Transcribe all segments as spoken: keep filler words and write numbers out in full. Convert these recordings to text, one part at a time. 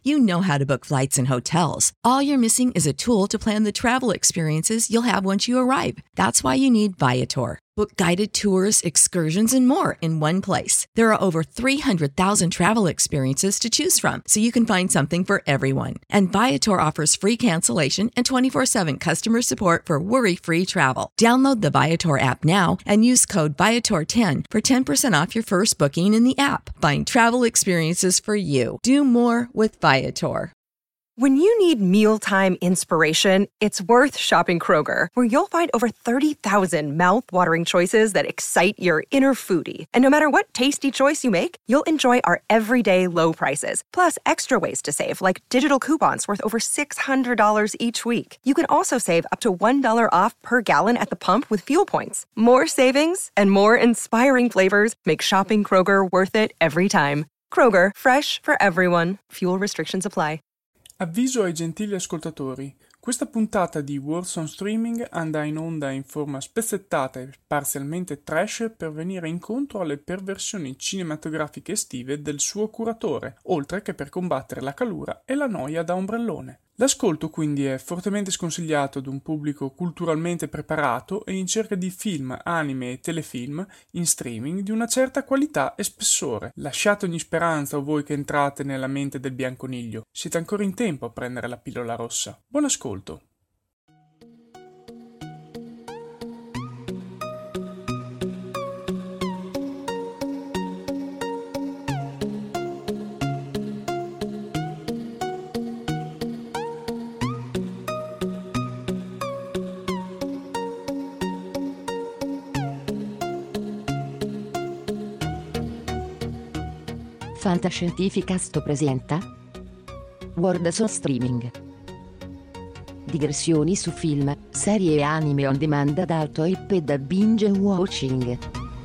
You know how to book flights and hotels. All you're missing is a tool to plan the travel experiences you'll have once you arrive. That's why you need Viator. Book guided tours, excursions, and more in one place. There are over three hundred thousand travel experiences to choose from, so you can find something for everyone. And Viator offers free cancellation and twenty-four seven customer support for worry-free travel. Download the Viator app now and use code Viator ten for ten percent off your first booking in the app. Find travel experiences for you. Do more with Viator. When you need mealtime inspiration, it's worth shopping Kroger, where you'll find over thirty thousand mouth-watering choices that excite your inner foodie. And no matter what tasty choice you make, you'll enjoy our everyday low prices, plus extra ways to save, like digital coupons worth over six hundred dollars each week. You can also save up to one dollar off per gallon at the pump with fuel points. More savings and more inspiring flavors make shopping Kroger worth it every time. Kroger, fresh for everyone. Fuel restrictions apply. Avviso ai gentili ascoltatori, questa puntata di Words on Streaming andrà in onda in forma spezzettata e parzialmente trash per venire incontro alle perversioni cinematografiche estive del suo curatore, oltre che per combattere la calura e la noia da ombrellone. L'ascolto quindi è fortemente sconsigliato ad un pubblico culturalmente preparato e in cerca di film, anime e telefilm in streaming di una certa qualità e spessore. Lasciate ogni speranza o voi che entrate nella mente del bianconiglio. Siete ancora in tempo a prendere la pillola rossa. Buon ascolto! Fantascientificast presenta Words on Streaming. Digressioni su film, serie e anime on demand ad alto hype e da binge watching.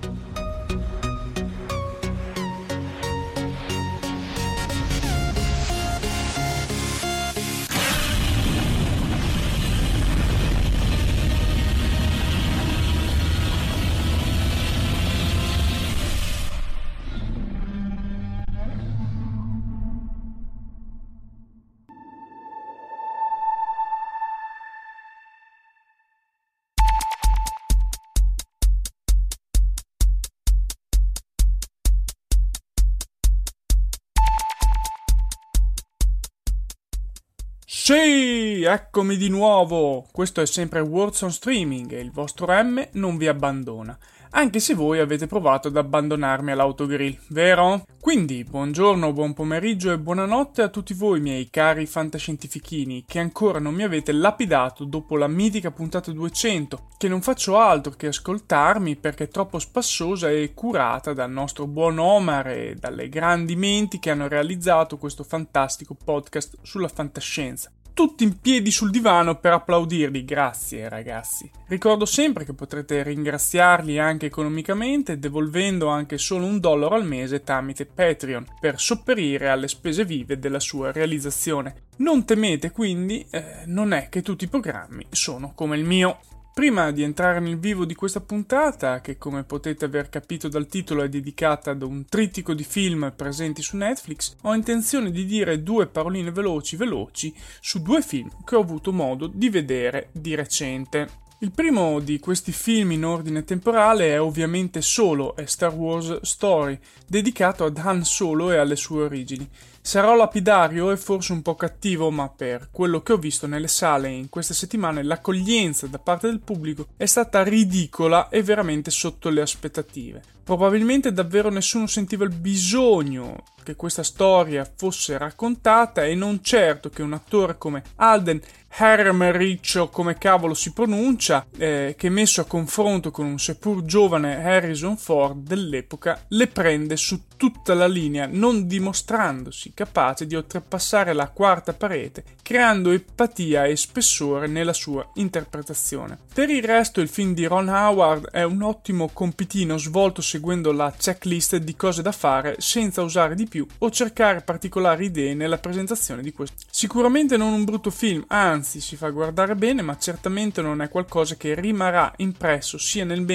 Sì, eccomi di nuovo! Questo è sempre Words on Streaming e il vostro M non vi abbandona, anche se voi avete provato ad abbandonarmi all'autogrill, vero? Quindi, buongiorno, buon pomeriggio e buonanotte a tutti voi miei cari fantascientifichini che ancora non mi avete lapidato dopo la mitica puntata duecento, che non faccio altro che ascoltarmi perché è troppo spassosa e curata dal nostro buon Omar e dalle grandi menti che hanno realizzato questo fantastico podcast sulla fantascienza. Tutti in piedi sul divano per applaudirli, grazie ragazzi. Ricordo sempre che potrete ringraziarli anche economicamente devolvendo anche solo un dollaro al mese tramite Patreon per sopperire alle spese vive della sua realizzazione. Non temete quindi, eh, non è che tutti i programmi sono come il mio. Prima di entrare nel vivo di questa puntata, che come potete aver capito dal titolo è dedicata ad un trittico di film presenti su Netflix, ho intenzione di dire due paroline veloci veloci su due film che ho avuto modo di vedere di recente. Il primo di questi film in ordine temporale è ovviamente Solo, è Star Wars Story, dedicato ad Han Solo e alle sue origini. Sarò lapidario e forse un po' cattivo, ma per quello che ho visto nelle sale in queste settimane l'accoglienza da parte del pubblico è stata ridicola e veramente sotto le aspettative. Probabilmente davvero nessuno sentiva il bisogno che questa storia fosse raccontata e non certo che un attore come Alden Ehrenreich, o come cavolo si pronuncia, eh, che messo a confronto con un seppur giovane Harrison Ford dell'epoca, le prende su tutta la linea, non dimostrandosi capace di oltrepassare la quarta parete, creando empatia e spessore nella sua interpretazione. Per il resto il film di Ron Howard è un ottimo compitino svolto seguendo la checklist di cose da fare senza usare di più o cercare particolari idee nella presentazione di questo. Sicuramente non un brutto film, anzi si fa guardare bene, ma certamente non è qualcosa che rimarrà impresso sia nel bene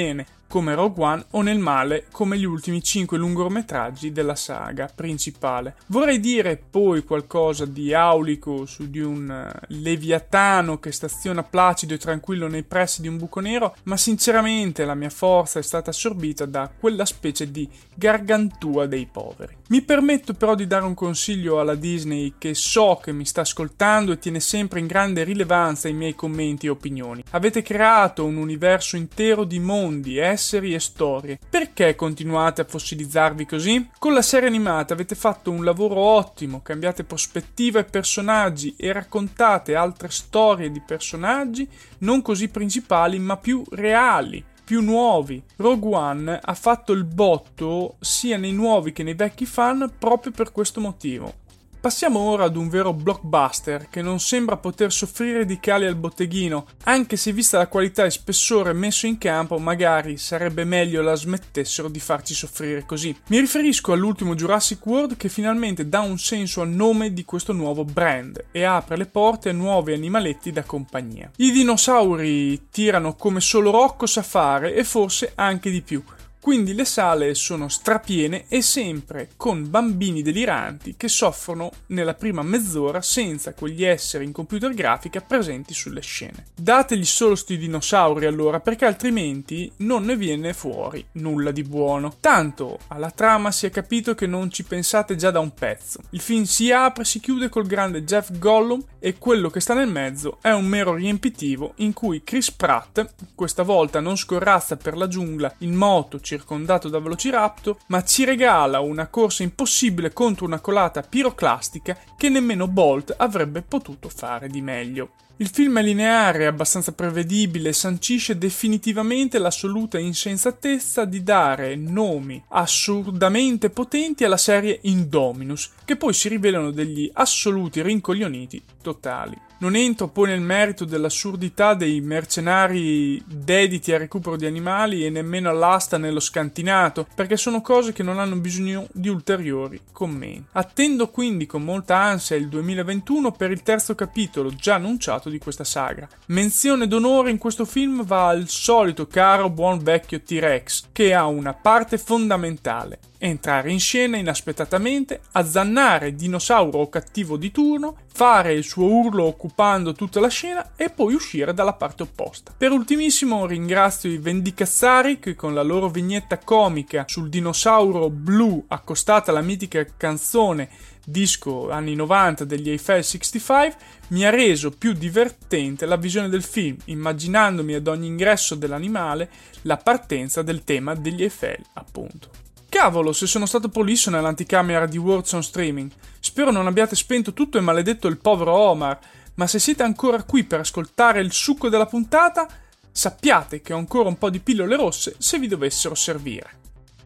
come Rogue One o nel male come gli ultimi cinque lungometraggi della saga principale. Vorrei dire poi qualcosa di aulico su di un leviatano che staziona placido e tranquillo nei pressi di un buco nero, ma sinceramente la mia forza è stata assorbita da quella specie di gargantua dei poveri. Mi permetto però di dare un consiglio alla Disney, che so che mi sta ascoltando e tiene sempre in grande rilevanza i miei commenti e opinioni. Avete creato un universo intero di mondi, esseri e storie. Perché continuate a fossilizzarvi così? Con la serie animata avete fatto un lavoro ottimo, cambiate prospettiva e personaggi e raccontate altre storie di personaggi non così principali ma più reali, più nuovi. Rogue One ha fatto il botto sia nei nuovi che nei vecchi fan proprio per questo motivo. Passiamo ora ad un vero blockbuster che non sembra poter soffrire di cali al botteghino, anche se vista la qualità e spessore messo in campo magari sarebbe meglio la smettessero di farci soffrire così. Mi riferisco all'ultimo Jurassic World, che finalmente dà un senso al nome di questo nuovo brand e apre le porte a nuovi animaletti da compagnia. I dinosauri tirano come solo Rocco sa fare e forse anche di più. Quindi le sale sono strapiene e sempre con bambini deliranti che soffrono nella prima mezz'ora senza quegli esseri in computer grafica presenti sulle scene. Dategli solo sti dinosauri allora, perché altrimenti non ne viene fuori nulla di buono. Tanto alla trama si è capito che non ci pensate già da un pezzo. Il film si apre e si chiude col grande Jeff Gollum e quello che sta nel mezzo è un mero riempitivo in cui Chris Pratt questa volta non scorrazza per la giungla in moto circondato da velociraptor, ma ci regala una corsa impossibile contro una colata piroclastica che nemmeno Bolt avrebbe potuto fare di meglio. Il film è lineare, abbastanza prevedibile e sancisce definitivamente l'assoluta insensatezza di dare nomi assurdamente potenti alla serie Indominus, che poi si rivelano degli assoluti rincoglioniti totali. Non entro poi nel merito dell'assurdità dei mercenari dediti al recupero di animali e nemmeno all'asta nello scantinato, perché sono cose che non hanno bisogno di ulteriori commenti. Attendo quindi con molta ansia il duemilaventuno per il terzo capitolo già annunciato di questa saga. Menzione d'onore in questo film va al solito caro buon vecchio T-Rex, che ha una parte fondamentale: entrare in scena inaspettatamente, azzannare il dinosauro o cattivo di turno, fare il suo urlo occupando tutta la scena e poi uscire dalla parte opposta. Per ultimissimo ringrazio i Vendicazzari che con la loro vignetta comica sul dinosauro blu accostata alla mitica canzone disco anni novanta degli Eiffel sessantacinque mi ha reso più divertente la visione del film, immaginandomi ad ogni ingresso dell'animale la partenza del tema degli Eiffel, appunto. Cavolo, se sono stato prolisso nell'anticamera di Words on Streaming. Spero non abbiate spento tutto e maledetto il povero Omar, ma se siete ancora qui per ascoltare il succo della puntata, sappiate che ho ancora un po' di pillole rosse se vi dovessero servire.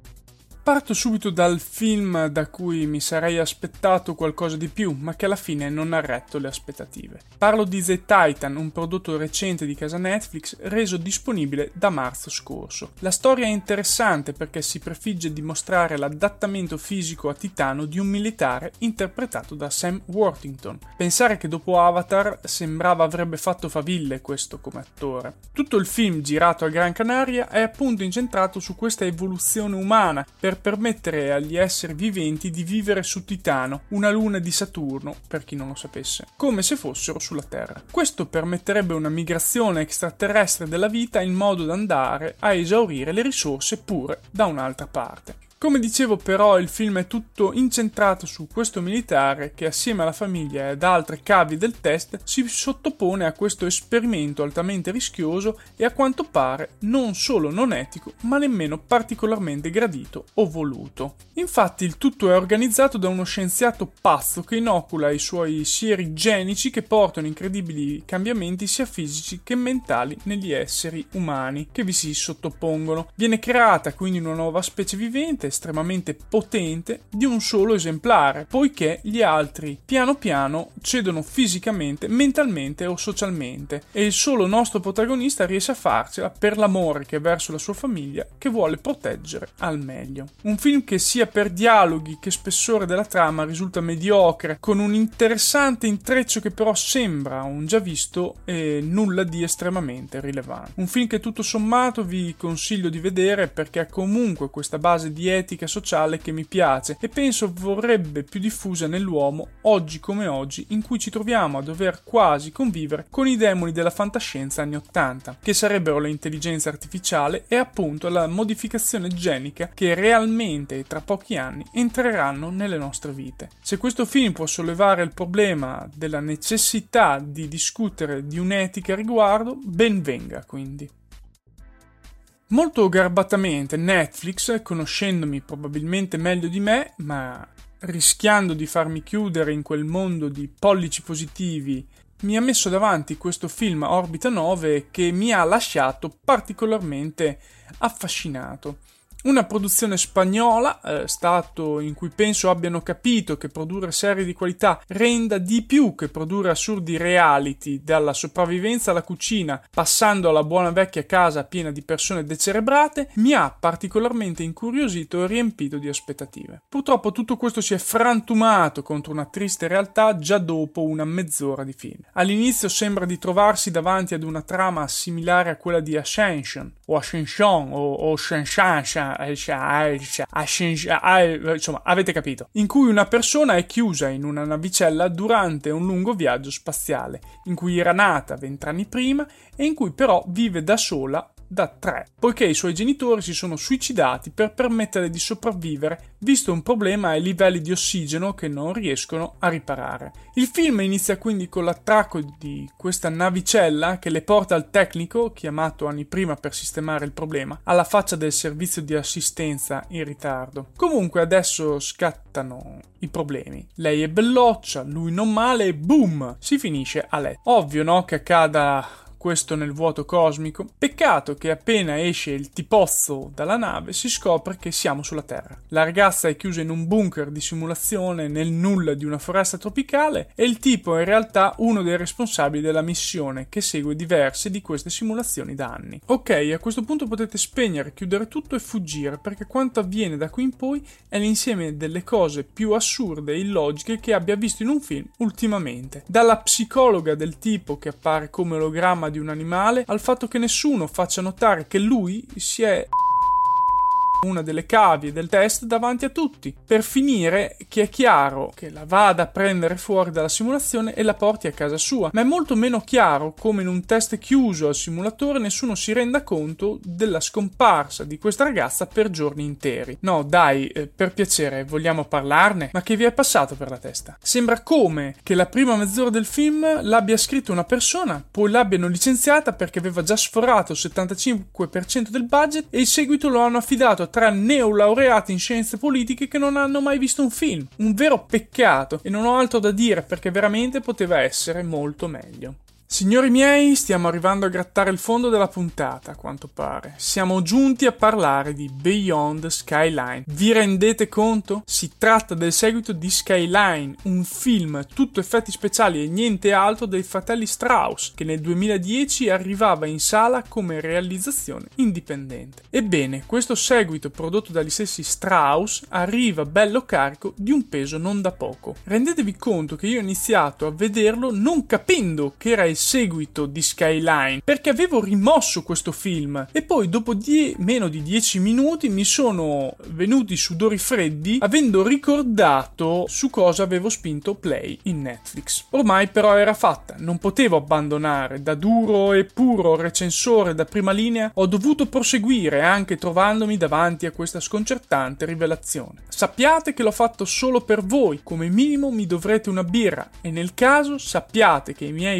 Parto subito dal film da cui mi sarei aspettato qualcosa di più, ma che alla fine non ha retto le aspettative. Parlo di The Titan, un prodotto recente di casa Netflix reso disponibile da marzo scorso. La storia è interessante perché si prefigge di mostrare l'adattamento fisico a titano di un militare interpretato da Sam Worthington. Pensare che dopo Avatar sembrava avrebbe fatto faville questo come attore. Tutto il film, girato a Gran Canaria, è appunto incentrato su questa evoluzione umana per permettere agli esseri viventi di vivere su Titano, una luna di Saturno, per chi non lo sapesse, come se fossero sulla Terra. Questo permetterebbe una migrazione extraterrestre della vita in modo da andare a esaurire le risorse pure da un'altra parte. Come dicevo però, il film è tutto incentrato su questo militare che assieme alla famiglia e ad altre cavi del test si sottopone a questo esperimento altamente rischioso e a quanto pare non solo non etico ma nemmeno particolarmente gradito o voluto. Infatti il tutto è organizzato da uno scienziato pazzo che inocula i suoi sieri genici che portano incredibili cambiamenti sia fisici che mentali negli esseri umani che vi si sottopongono. Viene creata quindi una nuova specie vivente estremamente potente di un solo esemplare, poiché gli altri piano piano cedono fisicamente, mentalmente o socialmente, e il solo nostro protagonista riesce a farcela per l'amore che ha verso la sua famiglia, che vuole proteggere al meglio. Un film che sia per dialoghi che spessore della trama risulta mediocre, con un interessante intreccio che però sembra un già visto e nulla di estremamente rilevante. Un film che tutto sommato vi consiglio di vedere perché ha comunque questa base di etica sociale che mi piace e penso vorrebbe più diffusa nell'uomo oggi come oggi, in cui ci troviamo a dover quasi convivere con i demoni della fantascienza anni ottanta, che sarebbero l'intelligenza artificiale e appunto la modificazione genica che realmente e tra pochi anni entreranno nelle nostre vite. Se questo film può sollevare il problema della necessità di discutere di un'etica a riguardo, ben venga quindi. Molto garbatamente Netflix, conoscendomi probabilmente meglio di me, ma rischiando di farmi chiudere in quel mondo di pollici positivi, mi ha messo davanti questo film Orbita nove che mi ha lasciato particolarmente affascinato. Una produzione spagnola, eh, stato in cui penso abbiano capito che produrre serie di qualità renda di più che produrre assurdi reality, dalla sopravvivenza alla cucina, passando alla buona vecchia casa piena di persone decerebrate, mi ha particolarmente incuriosito e riempito di aspettative. Purtroppo tutto questo si è frantumato contro una triste realtà già dopo una mezz'ora di film. All'inizio sembra di trovarsi davanti ad una trama similare a quella di Ascension, o Ascension, o, o Shenshansha, insomma, avete capito, in cui una persona è chiusa in una navicella durante un lungo viaggio spaziale, in cui era nata vent'anni prima e in cui però vive da sola da tre, poiché i suoi genitori si sono suicidati per permettere di sopravvivere, visto un problema ai livelli di ossigeno che non riescono a riparare. Il film inizia quindi con l'attracco di questa navicella che le porta al tecnico, chiamato anni prima per sistemare il problema, alla faccia del servizio di assistenza in ritardo. Comunque adesso scattano i problemi. Lei è belloccia, lui non male e boom! Si finisce a letto. Ovvio, no, che accada questo nel vuoto cosmico. Peccato che appena esce il tipozzo dalla nave si scopre che siamo sulla Terra. La ragazza è chiusa in un bunker di simulazione nel nulla di una foresta tropicale e il tipo è in realtà uno dei responsabili della missione che segue diverse di queste simulazioni da anni. Ok, a questo punto potete spegnere, chiudere tutto e fuggire, perché quanto avviene da qui in poi è l'insieme delle cose più assurde e illogiche che abbia visto in un film ultimamente. Dalla psicologa del tipo che appare come ologramma di un animale, al fatto che nessuno faccia notare che lui si è una delle cavie del test davanti a tutti, per finire che è chiaro che la vada a prendere fuori dalla simulazione e la porti a casa sua, ma è molto meno chiaro come in un test chiuso al simulatore nessuno si renda conto della scomparsa di questa ragazza per giorni interi. No dai, eh, per piacere, vogliamo parlarne? Ma che vi è passato per la testa? Sembra come che la prima mezz'ora del film l'abbia scritto una persona, poi l'abbiano licenziata perché aveva già sforato il settantacinque per cento del budget e in seguito lo hanno affidato a tre neolaureati in scienze politiche che non hanno mai visto un film. Un vero peccato, e non ho altro da dire perché veramente poteva essere molto meglio. Signori miei, stiamo arrivando a grattare il fondo della puntata, a quanto pare. Siamo giunti a parlare di Beyond Skyline. Vi rendete conto? Si tratta del seguito di Skyline, un film tutto effetti speciali e niente altro dei fratelli Strauss, che nel duemiladieci arrivava in sala come realizzazione indipendente. Ebbene, questo seguito prodotto dagli stessi Strauss arriva bello carico di un peso non da poco. Rendetevi conto che io ho iniziato a vederlo non capendo che era il seguito di Skyline, perché avevo rimosso questo film e poi dopo die- meno di dieci minuti mi sono venuti sudori freddi avendo ricordato su cosa avevo spinto play in Netflix. Ormai però era fatta, non potevo abbandonare. Da duro e puro recensore da prima linea ho dovuto proseguire anche trovandomi davanti a questa sconcertante rivelazione. Sappiate che l'ho fatto solo per voi, come minimo mi dovrete una birra e nel caso sappiate che i miei futuri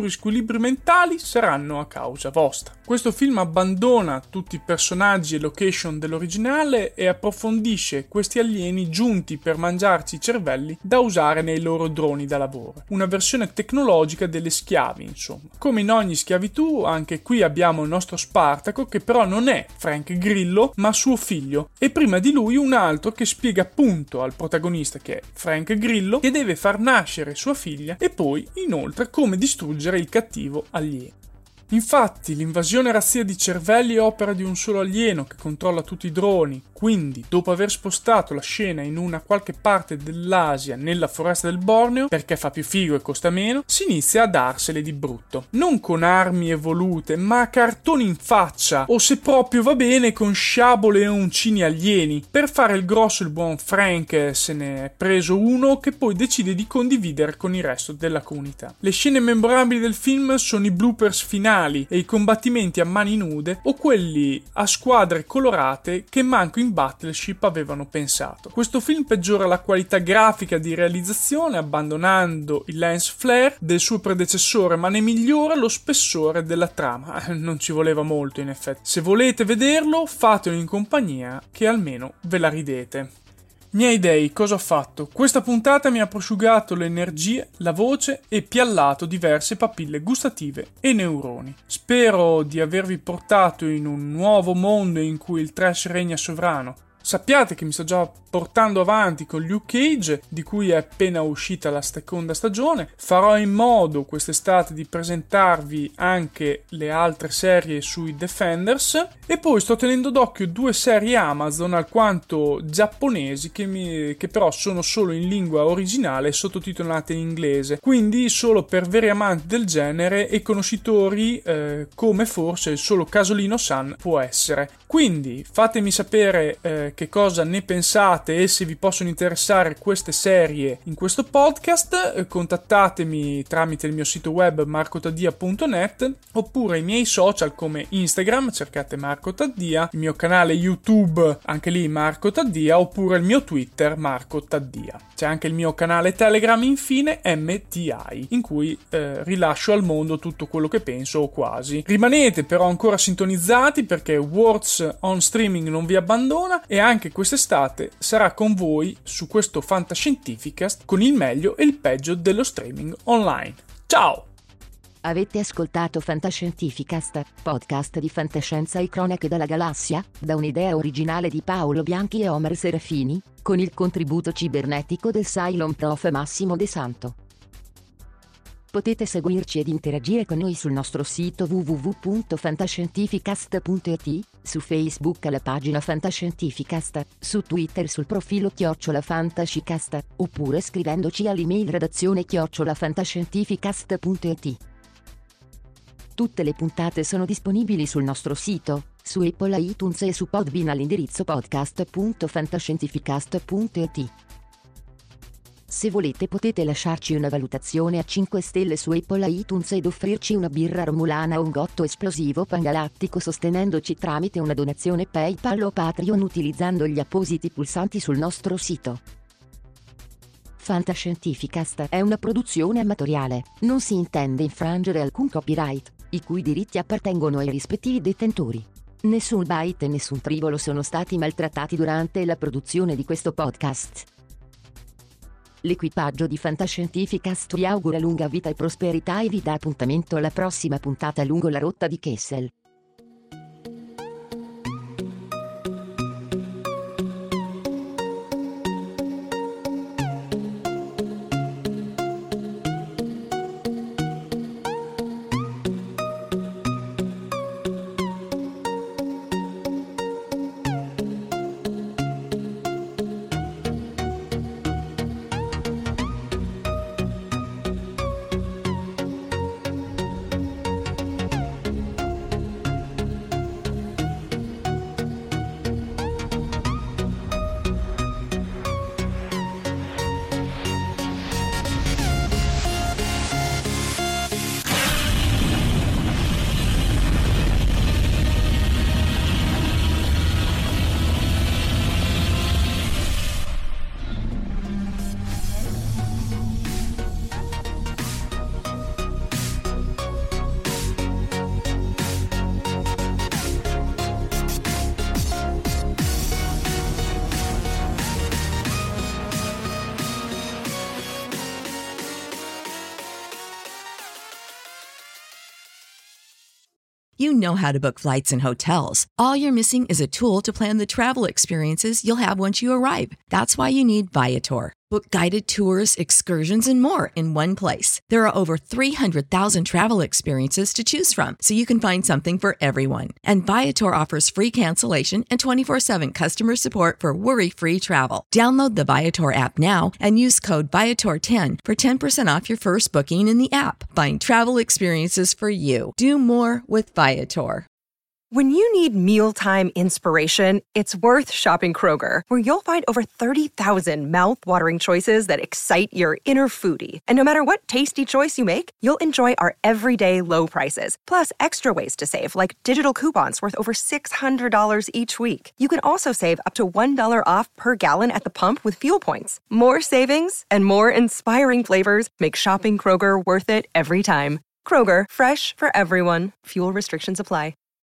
vostri squilibri mentali saranno a causa vostra. Questo film abbandona tutti i personaggi e location dell'originale e approfondisce questi alieni giunti per mangiarci i cervelli da usare nei loro droni da lavoro. Una versione tecnologica delle schiavi, insomma. Come in ogni schiavitù, anche qui abbiamo il nostro Spartaco, che però non è Frank Grillo, ma suo figlio, e prima di lui un altro che spiega appunto al protagonista, che è Frank Grillo, che deve far nascere sua figlia e poi, inoltre, come distruggere il cattivo alieno. Infatti, l'invasione razzia di cervelli è opera di un solo alieno che controlla tutti i droni, quindi, dopo aver spostato la scena in una qualche parte dell'Asia nella foresta del Borneo, perché fa più figo e costa meno, si inizia a darsele di brutto. Non con armi evolute, ma a cartoni in faccia, o se proprio va bene con sciabole e uncini alieni. Per fare il grosso il buon Frank se ne è preso uno che poi decide di condividere con il resto della comunità. Le scene memorabili del film sono i bloopers finali e i combattimenti a mani nude o quelli a squadre colorate che manco in Battleship avevano pensato. Questo film peggiora la qualità grafica di realizzazione abbandonando il lens flare del suo predecessore, ma ne migliora lo spessore della trama. Non ci voleva molto in effetti. Se volete vederlo, fatelo in compagnia che almeno ve la ridete. Miei dei, cosa ho fatto? Questa puntata mi ha prosciugato le energie, la voce e piallato diverse papille gustative e neuroni. Spero di avervi portato in un nuovo mondo in cui il trash regna sovrano. Sappiate che mi sto già portando avanti con Luke Cage, di cui è appena uscita la seconda stagione. Farò in modo quest'estate di presentarvi anche le altre serie sui Defenders e poi sto tenendo d'occhio due serie Amazon alquanto giapponesi che, mi, che però sono solo in lingua originale e sottotitolate in inglese, quindi solo per veri amanti del genere e conoscitori eh, come forse il solo Casolino-san può essere. Quindi fatemi sapere eh, che cosa ne pensate e se vi possono interessare queste serie in questo podcast. Eh, contattatemi tramite il mio sito web marco taddia punto net oppure i miei social come Instagram, cercate Marco Taddia, il mio canale YouTube, anche lì Marco Taddia, oppure il mio Twitter Marco Taddia. C'è anche il mio canale Telegram, infine M T I, in cui eh, rilascio al mondo tutto quello che penso o quasi. Rimanete però ancora sintonizzati perché Words on Streaming non vi abbandona e anche quest'estate sarà con voi su questo Fantascientificast con il meglio e il peggio dello streaming online. Ciao! Avete ascoltato Fantascientificast, podcast di fantascienza e cronache dalla galassia, da un'idea originale di Paolo Bianchi e Omer Serafini, con il contributo cibernetico del Cylon Prof Massimo De Santo. Potete seguirci ed interagire con noi sul nostro sito w w w punto fantascientificast punto i t, su Facebook alla pagina Fantascientificast, su Twitter sul profilo chiocciola Fantascicast, oppure scrivendoci all'email redazione chiocciola fantascientificast punto i t. Tutte le puntate sono disponibili sul nostro sito, su Apple iTunes e su Podbean all'indirizzo podcast punto fantascientificast punto i t. Se volete potete lasciarci una valutazione a cinque stelle su Apple iTunes ed offrirci una birra romulana o un gotto esplosivo pangalattico sostenendoci tramite una donazione PayPal o Patreon utilizzando gli appositi pulsanti sul nostro sito. Fantascientificast è una produzione amatoriale, non si intende infrangere alcun copyright, i cui diritti appartengono ai rispettivi detentori. Nessun byte e nessun tribolo sono stati maltrattati durante la produzione di questo podcast. L'equipaggio di Fantascientificast vi augura lunga vita e prosperità e vi dà appuntamento alla prossima puntata lungo la rotta di Kessel. You know how to book flights and hotels. All you're missing is a tool to plan the travel experiences you'll have once you arrive. That's why you need Viator. Book guided tours, excursions, and more in one place. There are over three hundred thousand travel experiences to choose from, so you can find something for everyone. And Viator offers free cancellation and twenty-four seven customer support for worry-free travel. Download the Viator app now and use code Viator ten for ten percent off your first booking in the app. Find travel experiences for you. Do more with Viator. When you need mealtime inspiration, it's worth shopping Kroger, where you'll find over thirty thousand mouth-watering choices that excite your inner foodie. And no matter what tasty choice you make, you'll enjoy our everyday low prices, plus extra ways to save, like digital coupons worth over six hundred dollars each week. You can also save up to one dollar off per gallon at the pump with fuel points. More savings and more inspiring flavors make shopping Kroger worth it every time. Kroger, fresh for everyone. Fuel restrictions apply.